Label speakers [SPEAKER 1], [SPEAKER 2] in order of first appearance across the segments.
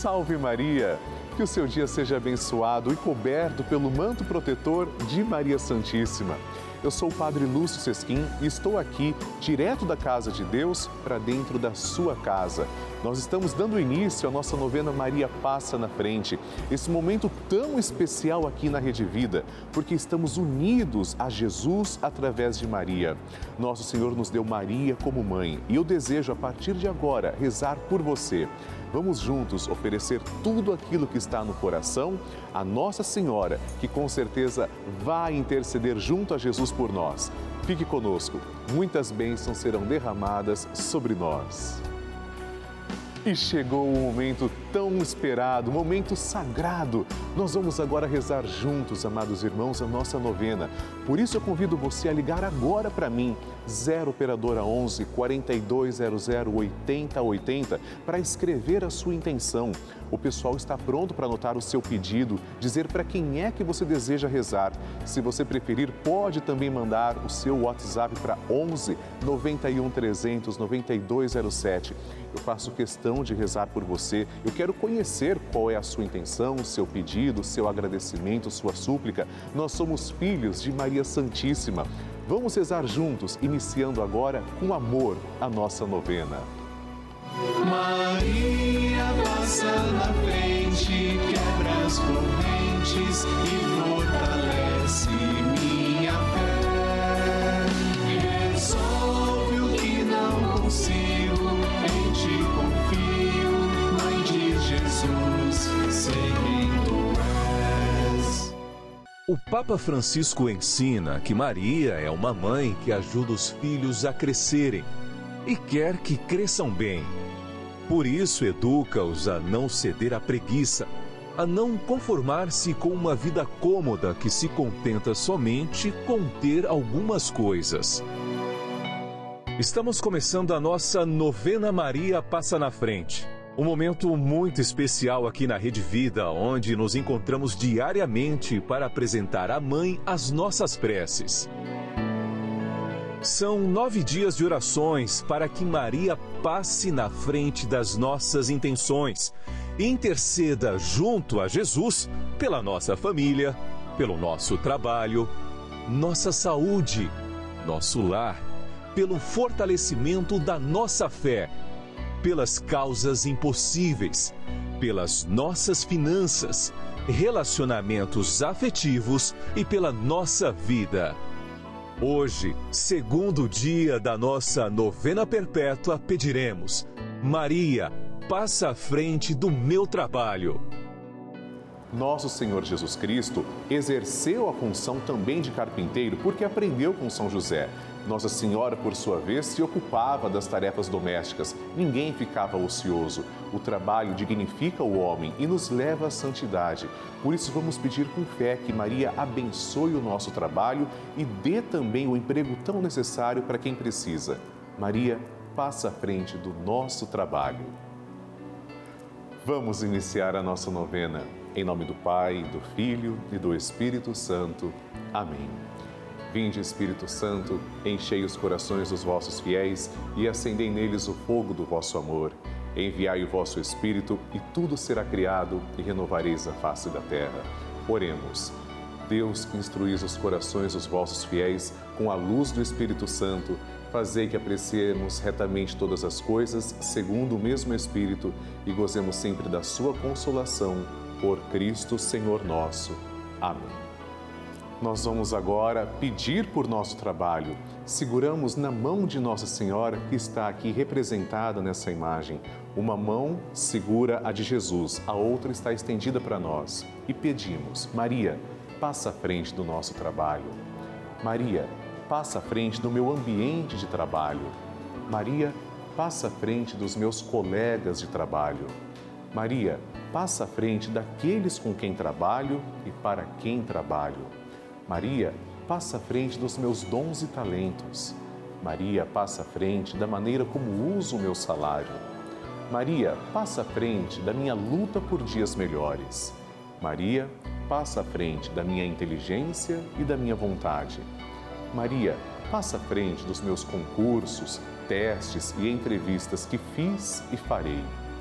[SPEAKER 1] Salve Maria! Que o seu dia seja abençoado e coberto pelo manto protetor de Maria Santíssima. Eu sou o Padre Lúcio Sesquim e estou aqui, direto da Casa de Deus, para dentro da sua casa. Nós estamos dando início à nossa novena Maria Passa na Frente. Esse momento tão especial aqui na Rede Vida, porque estamos unidos a Jesus através de Maria. Nosso Senhor nos deu Maria como mãe e eu desejo, a partir de agora, rezar por você. Vamos juntos oferecer tudo aquilo que está no coração à Nossa Senhora, que com certeza vai interceder junto a Jesus por nós. Fique conosco, muitas bênçãos serão derramadas sobre nós. E chegou o momento tão esperado, o momento sagrado. Nós vamos agora rezar juntos, amados irmãos, a nossa novena. Por isso eu convido você a ligar agora para mim, 0 Operadora 11 4200 8080, para escrever a sua intenção. O pessoal está pronto para anotar o seu pedido, dizer para quem é que você deseja rezar. Se você preferir, pode também mandar o seu WhatsApp para 11 91 300 9207. Eu faço questão de rezar por você. Eu quero conhecer qual é a sua intenção, o seu pedido, o seu agradecimento, sua súplica. Nós somos filhos de Maria Santíssima. Vamos rezar juntos, iniciando agora com amor a nossa novena.
[SPEAKER 2] Maria passa na frente, quebra as correntes e fortalece minha fé. Resolve o que não consigo, em ti confio, Mãe de Jesus, sei quem tu és.
[SPEAKER 3] O Papa Francisco ensina que Maria é uma mãe que ajuda os filhos a crescerem e quer que cresçam bem. Por isso, educa-os a não ceder à preguiça, a não conformar-se com uma vida cômoda que se contenta somente com ter algumas coisas. Estamos começando a nossa novena Maria Passa na Frente. Um momento muito especial aqui na Rede Vida, onde nos encontramos diariamente para apresentar à Mãe as nossas preces. São 9 dias de orações para que Maria passe na frente das nossas intenções e interceda junto a Jesus pela nossa família, pelo nosso trabalho, nossa saúde, nosso lar, pelo fortalecimento da nossa fé, pelas causas impossíveis, pelas nossas finanças, relacionamentos afetivos e pela nossa vida. Hoje, segundo dia da nossa novena perpétua, pediremos: Maria, passa à frente do meu trabalho.
[SPEAKER 1] Nosso Senhor Jesus Cristo exerceu a função também de carpinteiro porque aprendeu com São José. Nossa Senhora, por sua vez, se ocupava das tarefas domésticas. Ninguém ficava ocioso. O trabalho dignifica o homem e nos leva à santidade. Por isso, vamos pedir com fé que Maria abençoe o nosso trabalho e dê também o emprego tão necessário para quem precisa. Maria, passa à frente do nosso trabalho. Vamos iniciar a nossa novena. Em nome do Pai, do Filho e do Espírito Santo. Amém. Vinde, Espírito Santo, enchei os corações dos vossos fiéis e acendei neles o fogo do vosso amor. Enviai o vosso Espírito e tudo será criado e renovareis a face da terra. Oremos. Deus, que instruís os corações dos vossos fiéis com a luz do Espírito Santo, fazei que apreciemos retamente todas as coisas segundo o mesmo Espírito e gozemos sempre da sua consolação. Por Cristo, Senhor nosso. Amém. Nós vamos agora pedir por nosso trabalho. Seguramos na mão de Nossa Senhora, que está aqui representada nessa imagem. Uma mão segura a de Jesus, a outra está estendida para nós. E pedimos: Maria, passa à frente do nosso trabalho. Maria, passa à frente do meu ambiente de trabalho. Maria, passa à frente dos meus colegas de trabalho. Maria, passa à frente daqueles com quem trabalho e para quem trabalho. Maria, passa à frente dos meus dons e talentos. Maria, passa à frente da maneira como uso o meu salário. Maria, passa à frente da minha luta por dias melhores. Maria, passa à frente da minha inteligência e da minha vontade. Maria, passa à frente dos meus concursos, testes e entrevistas que fiz e farei.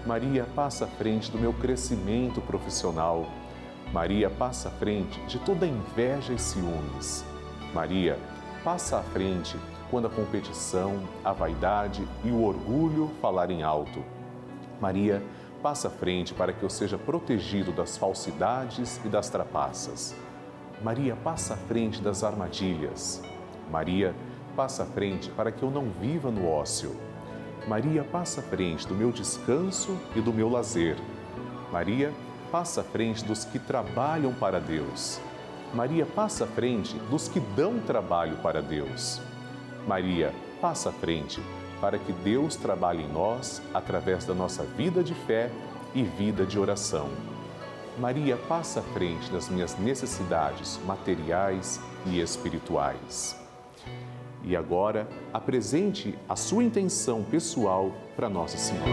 [SPEAKER 1] Maria passa à frente do meu crescimento profissional. Maria passa à frente de toda inveja e ciúmes. Maria passa à frente quando a competição, a vaidade e o orgulho falarem alto. Maria passa à frente para que eu seja protegido das falsidades e das trapaças. Maria passa à frente das armadilhas. Maria passa à frente para que eu não viva no ócio. Maria passa à frente do meu descanso e do meu lazer. Maria passa à frente dos que trabalham para Deus. Maria passa à frente dos que dão trabalho para Deus. Maria passa à frente para que Deus trabalhe em nós através da nossa vida de fé e vida de oração. Maria passa à frente das minhas necessidades materiais e espirituais. E agora, apresente a sua intenção pessoal para Nossa Senhora.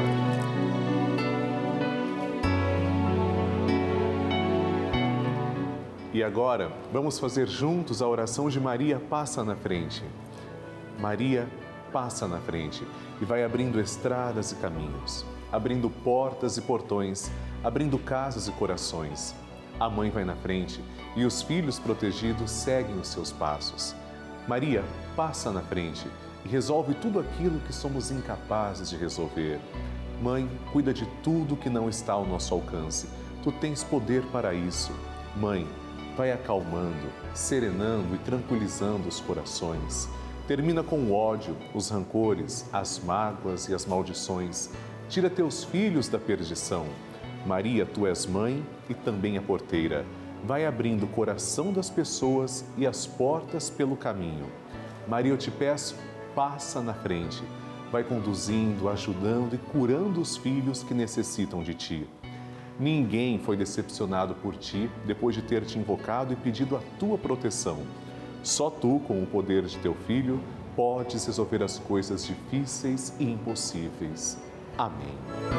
[SPEAKER 1] E agora, vamos fazer juntos a oração de Maria Passa na Frente. Maria passa na frente e vai abrindo estradas e caminhos, abrindo portas e portões, abrindo casas e corações. A mãe vai na frente e os filhos protegidos seguem os seus passos. Maria passa na frente e resolve tudo aquilo que somos incapazes de resolver. Mãe, cuida de tudo que não está ao nosso alcance. Tu tens poder para isso. Mãe, vai acalmando, serenando e tranquilizando os corações. Termina com o ódio, os rancores, as mágoas e as maldições. Tira teus filhos da perdição. Maria, tu és mãe e também a porteira. Vai abrindo o coração das pessoas e as portas pelo caminho. Maria, eu te peço, passa na frente. Vai conduzindo, ajudando e curando os filhos que necessitam de ti. Ninguém foi decepcionado por ti depois de ter te invocado e pedido a tua proteção. Só tu, com o poder de teu Filho, podes resolver as coisas difíceis e impossíveis. Amém.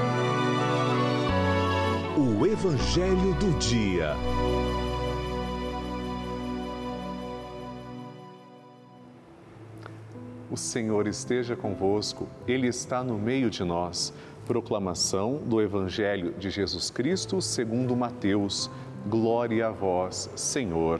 [SPEAKER 3] O Evangelho do Dia.
[SPEAKER 1] O Senhor esteja convosco, Ele está no meio de nós. Proclamação do Evangelho de Jesus Cristo segundo Mateus. Glória a vós, Senhor.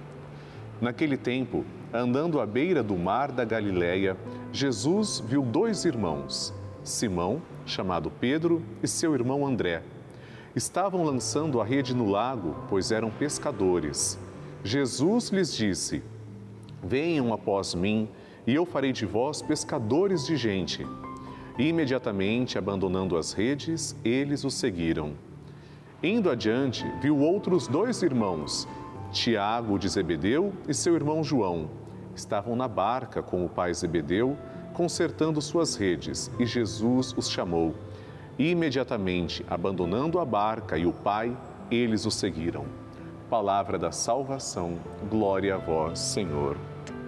[SPEAKER 1] Naquele tempo, andando à beira do mar da Galileia, Jesus viu dois irmãos, Simão, chamado Pedro, e seu irmão André. Estavam lançando a rede no lago, pois eram pescadores. Jesus lhes disse: venham após mim, e eu farei de vós pescadores de gente. E imediatamente, abandonando as redes, eles o seguiram. Indo adiante, viu outros dois irmãos, Tiago de Zebedeu e seu irmão João. Estavam na barca com o pai Zebedeu, consertando suas redes, e Jesus os chamou. E imediatamente, abandonando a barca e o pai, eles o seguiram. Palavra da salvação, glória a vós, Senhor.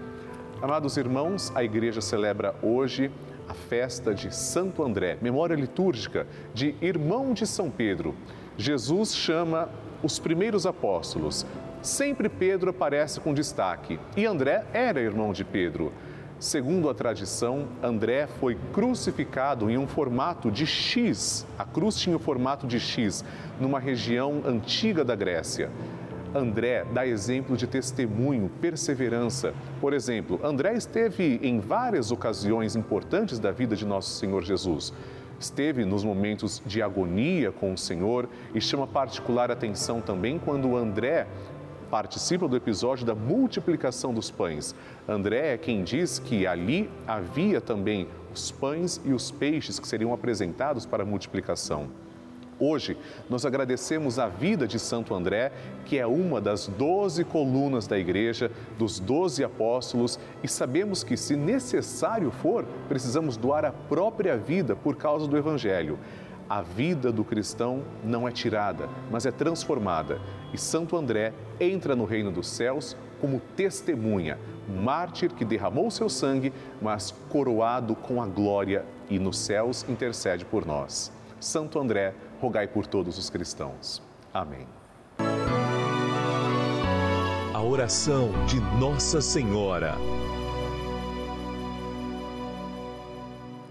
[SPEAKER 1] Amados irmãos, a igreja celebra hoje a festa de Santo André, memória litúrgica de irmão de São Pedro. Jesus chama os primeiros apóstolos. Sempre Pedro aparece com destaque e André era irmão de Pedro. Segundo a tradição, André foi crucificado em um formato de X. A cruz tinha o formato de X, numa região antiga da Grécia. André dá exemplo de testemunho, perseverança. Por exemplo, André esteve em várias ocasiões importantes da vida de nosso Senhor Jesus. Esteve nos momentos de agonia com o Senhor e chama particular atenção também quando André participa do episódio da multiplicação dos pães. André é quem diz que ali havia também os pães e os peixes que seriam apresentados para a multiplicação. Hoje, nós agradecemos a vida de Santo André, que é uma das 12 colunas da Igreja, dos 12 apóstolos, e sabemos que, se necessário for, precisamos doar a própria vida por causa do Evangelho. A vida do cristão não é tirada, mas é transformada. E Santo André entra no reino dos céus como testemunha, mártir que derramou seu sangue, mas coroado com a glória e nos céus intercede por nós. Santo André, rogai por todos os cristãos. Amém.
[SPEAKER 3] A oração de Nossa Senhora.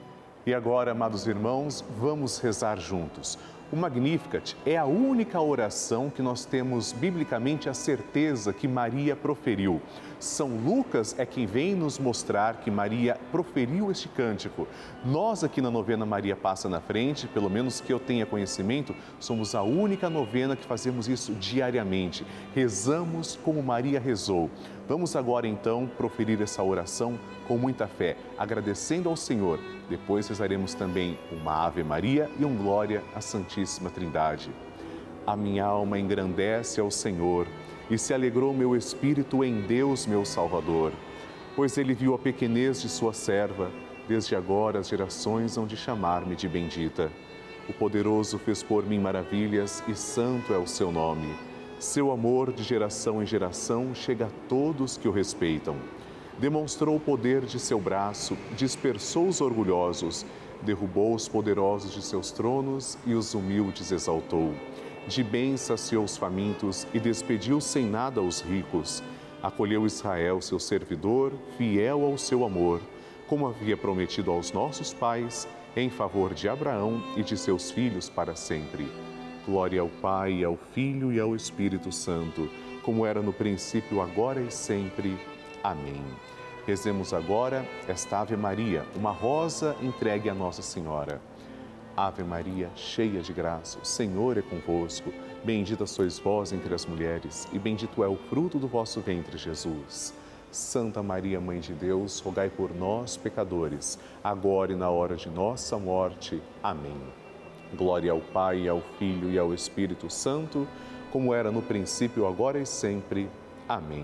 [SPEAKER 1] E agora, amados irmãos, vamos rezar juntos. O Magnificat é a única oração que nós temos biblicamente a certeza que Maria proferiu. São Lucas é quem vem nos mostrar que Maria proferiu este cântico. Nós aqui na novena Maria Passa na Frente, pelo menos que eu tenha conhecimento, somos a única novena que fazemos isso diariamente. Rezamos como Maria rezou. Vamos agora então proferir essa oração com muita fé, agradecendo ao Senhor. Depois rezaremos também uma Ave Maria e um Glória à Santíssima Trindade. A minha alma engrandece ao Senhor e se alegrou meu espírito em Deus, meu Salvador. Pois ele viu a pequenez de sua serva, desde agora as gerações hão de chamar-me de bendita. O poderoso fez por mim maravilhas e santo é o seu nome. Seu amor de geração em geração chega a todos que o respeitam. Demonstrou o poder de seu braço, dispersou os orgulhosos, derrubou os poderosos de seus tronos e os humildes exaltou. De bem saciou os famintos e despediu sem nada os ricos. Acolheu Israel, seu servidor, fiel ao seu amor, como havia prometido aos nossos pais, em favor de Abraão e de seus filhos para sempre. Glória ao Pai, ao Filho e ao Espírito Santo, como era no princípio, agora e sempre. Amém. Rezemos agora esta Ave Maria, uma rosa entregue a Nossa Senhora. Ave Maria, cheia de graça, o Senhor é convosco. Bendita sois vós entre as mulheres, e bendito é o fruto do vosso ventre, Jesus. Santa Maria, Mãe de Deus, rogai por nós, pecadores, agora e na hora de nossa morte. Amém. Glória ao Pai, ao Filho e ao Espírito Santo, como era no princípio, agora e sempre. Amém.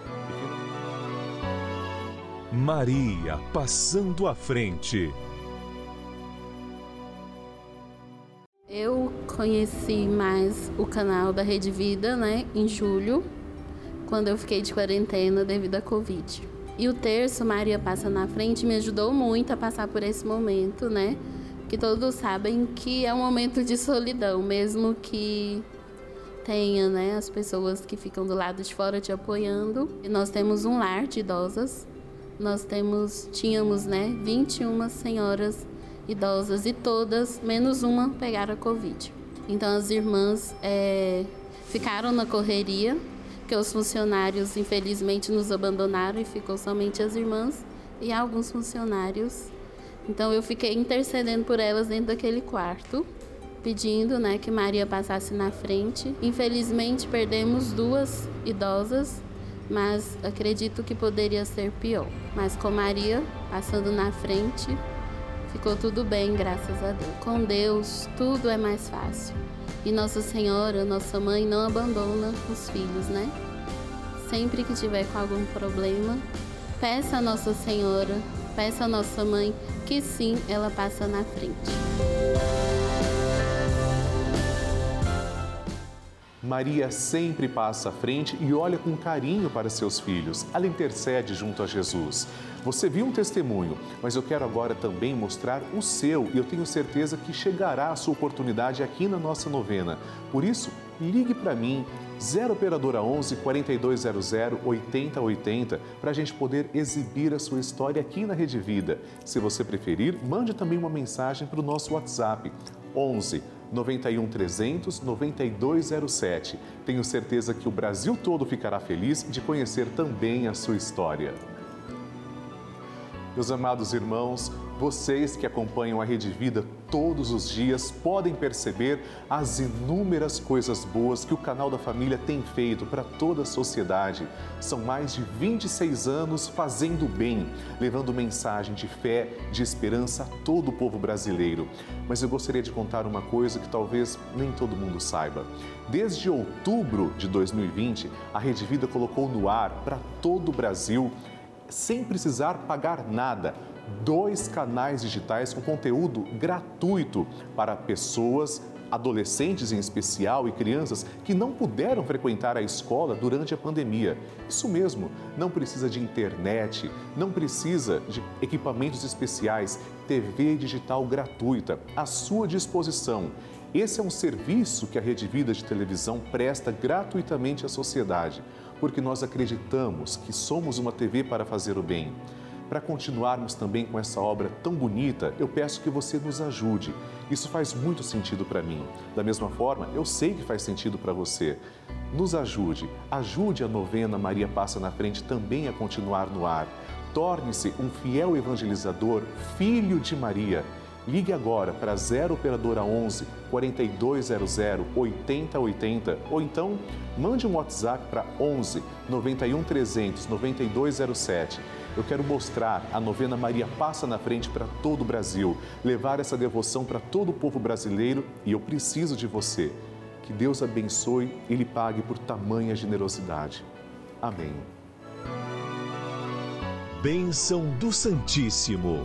[SPEAKER 3] Maria passando à frente.
[SPEAKER 4] Eu conheci mais o canal da Rede Vida, em julho, quando eu fiquei de quarentena devido à Covid. E o terço Maria Passa na Frente me ajudou muito a passar por esse momento, Que todos sabem que é um momento de solidão, mesmo que tenha, as pessoas que ficam do lado de fora te apoiando. E nós temos um lar de idosas. Nós tínhamos 21 senhoras idosas e todas, menos uma, pegaram a Covid. Então as irmãs ficaram na correria, porque os funcionários infelizmente nos abandonaram e ficou somente as irmãs e alguns funcionários. Então eu fiquei intercedendo por elas dentro daquele quarto, pedindo que Maria passasse na frente. Infelizmente perdemos 2 idosas, mas acredito que poderia ser pior. Mas com Maria passando na frente, ficou tudo bem, graças a Deus. Com Deus, tudo é mais fácil. E Nossa Senhora, nossa mãe, não abandona os filhos, Sempre que tiver com algum problema, peça a Nossa Senhora, peça a nossa mãe, que sim, ela passa na frente.
[SPEAKER 1] Maria sempre passa à frente e olha com carinho para seus filhos. Ela intercede junto a Jesus. Você viu um testemunho, mas eu quero agora também mostrar o seu e eu tenho certeza que chegará a sua oportunidade aqui na nossa novena. Por isso, ligue para mim, 0 Operadora 11 4200 8080, para a gente poder exibir a sua história aqui na Rede Vida. Se você preferir, mande também uma mensagem para o nosso WhatsApp, 11 91 300 9207. Tenho certeza que o Brasil todo ficará feliz de conhecer também a sua história. Meus amados irmãos, vocês que acompanham a Rede Vida todos os dias podem perceber as inúmeras coisas boas que o canal da família tem feito para toda a sociedade. São mais de 26 anos fazendo bem, levando mensagem de fé, de esperança a todo o povo brasileiro. Mas eu gostaria de contar uma coisa que talvez nem todo mundo saiba. Desde outubro de 2020, a Rede Vida colocou no ar para todo o Brasil, sem precisar pagar nada, 2 canais digitais com conteúdo gratuito para pessoas, adolescentes em especial e crianças que não puderam frequentar a escola durante a pandemia. Isso mesmo, não precisa de internet, não precisa de equipamentos especiais, TV digital gratuita, à sua disposição. Esse é um serviço que a Rede Vida de televisão presta gratuitamente à sociedade, porque nós acreditamos que somos uma TV para fazer o bem. Para continuarmos também com essa obra tão bonita, eu peço que você nos ajude. Isso faz muito sentido para mim. Da mesma forma, eu sei que faz sentido para você. Nos ajude. Ajude a novena Maria Passa na Frente também a continuar no ar. Torne-se um fiel evangelizador, filho de Maria. Ligue agora para 0 Operadora 11 4200 8080 ou então mande um WhatsApp para 11 91 300 9207. Eu quero mostrar a novena Maria Passa na Frente para todo o Brasil, levar essa devoção para todo o povo brasileiro e eu preciso de você. Que Deus abençoe e lhe pague por tamanha generosidade. Amém.
[SPEAKER 3] Bênção do Santíssimo.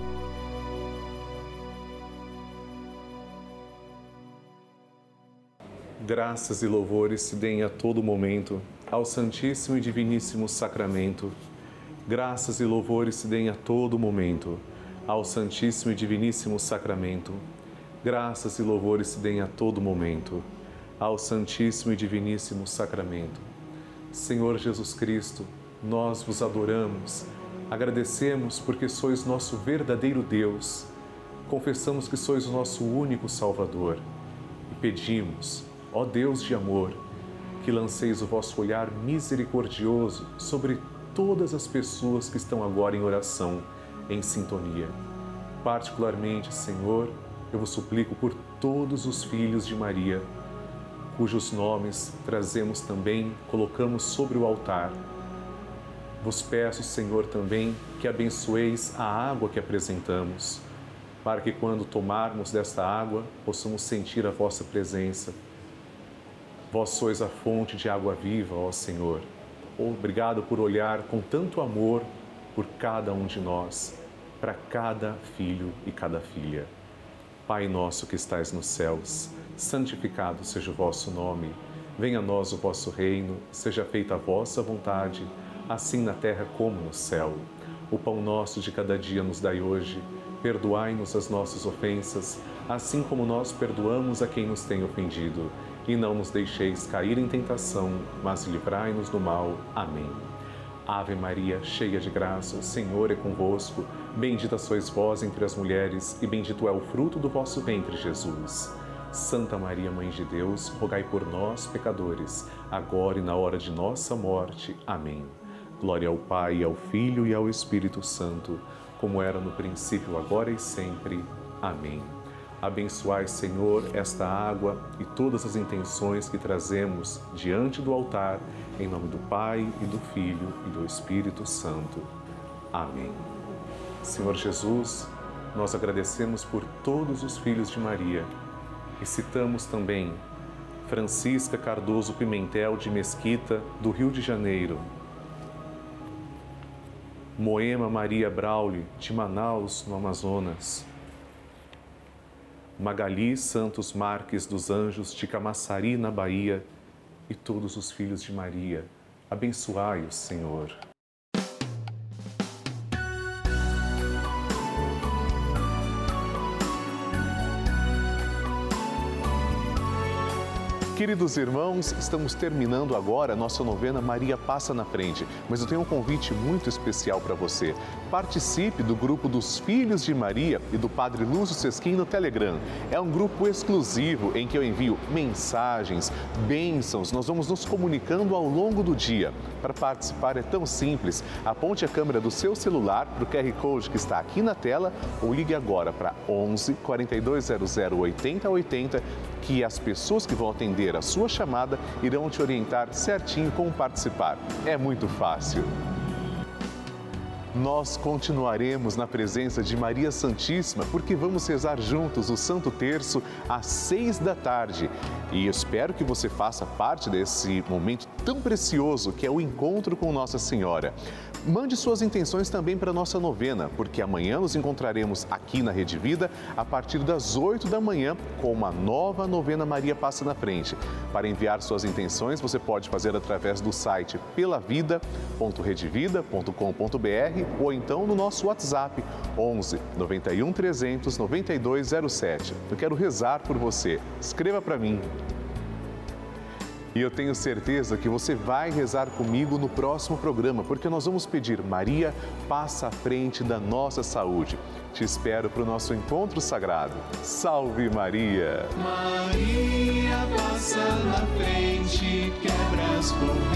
[SPEAKER 1] Graças e louvores se deem a todo momento ao Santíssimo e Diviníssimo Sacramento. Graças e louvores se deem a todo momento ao Santíssimo e Diviníssimo Sacramento. Graças e louvores se deem a todo momento ao Santíssimo e Diviníssimo Sacramento. Senhor Jesus Cristo, nós vos adoramos, agradecemos porque sois nosso verdadeiro Deus, confessamos que sois o nosso único Salvador e pedimos, ó Deus de amor, que lanceis o vosso olhar misericordioso sobre todas as pessoas que estão agora em oração, em sintonia. Particularmente, Senhor, eu vos suplico por todos os filhos de Maria, cujos nomes trazemos também, colocamos sobre o altar. Vos peço, Senhor, também que abençoeis a água que apresentamos, para que quando tomarmos desta água, possamos sentir a vossa presença. Vós sois a fonte de água viva, ó Senhor. Obrigado por olhar com tanto amor por cada um de nós, para cada filho e cada filha. Pai nosso que estais nos céus, santificado seja o vosso nome. Venha a nós o vosso reino, seja feita a vossa vontade, assim na terra como no céu. O pão nosso de cada dia nos dai hoje. Perdoai-nos as nossas ofensas, assim como nós perdoamos a quem nos tem ofendido. E não nos deixeis cair em tentação, mas livrai-nos do mal. Amém. Ave Maria, cheia de graça, o Senhor é convosco. Bendita sois vós entre as mulheres, e bendito é o fruto do vosso ventre, Jesus. Santa Maria, Mãe de Deus, rogai por nós, pecadores, agora e na hora de nossa morte. Amém. Glória ao Pai, ao Filho e ao Espírito Santo, como era no princípio, agora e sempre. Amém. Abençoai, Senhor, esta água e todas as intenções que trazemos diante do altar, em nome do Pai, e do Filho, e do Espírito Santo. Amém. Senhor Jesus, nós agradecemos por todos os filhos de Maria e citamos também Francisca Cardoso Pimentel de Mesquita, do Rio de Janeiro, Moema Maria Brauli, de Manaus, no Amazonas, Magali Santos Marques dos Anjos, de Camaçari, na Bahia, e todos os filhos de Maria. Abençoai-os, Senhor. Queridos irmãos, estamos terminando agora a nossa novena Maria Passa na Frente, mas eu tenho um convite muito especial para você. Participe do grupo dos Filhos de Maria e do Padre Lúcio Sesquim no Telegram. É um grupo exclusivo em que eu envio mensagens, bênçãos, nós vamos nos comunicando ao longo do dia. Para participar é tão simples, aponte a câmera do seu celular para o QR Code que está aqui na tela ou ligue agora para 11 4200 8080 que as pessoas que vão atender a sua chamada irão te orientar certinho como participar. É muito fácil. Nós continuaremos na presença de Maria Santíssima porque vamos rezar juntos o Santo Terço às 6 da tarde. E espero que você faça parte desse momento tão precioso que é o encontro com Nossa Senhora. Mande suas intenções também para a nossa novena, porque amanhã nos encontraremos aqui na Rede Vida a partir das 8 da manhã com uma nova novena Maria Passa na Frente. Para enviar suas intenções, você pode fazer através do site pelavida.redevida.com.br ou então no nosso WhatsApp 11 91 300 9207. Eu quero rezar por você. Escreva para mim. E eu tenho certeza que você vai rezar comigo no próximo programa, porque nós vamos pedir: Maria, passa à frente da nossa saúde. Te espero para o nosso encontro sagrado. Salve Maria!
[SPEAKER 2] Maria passa na frente, quebra as correntes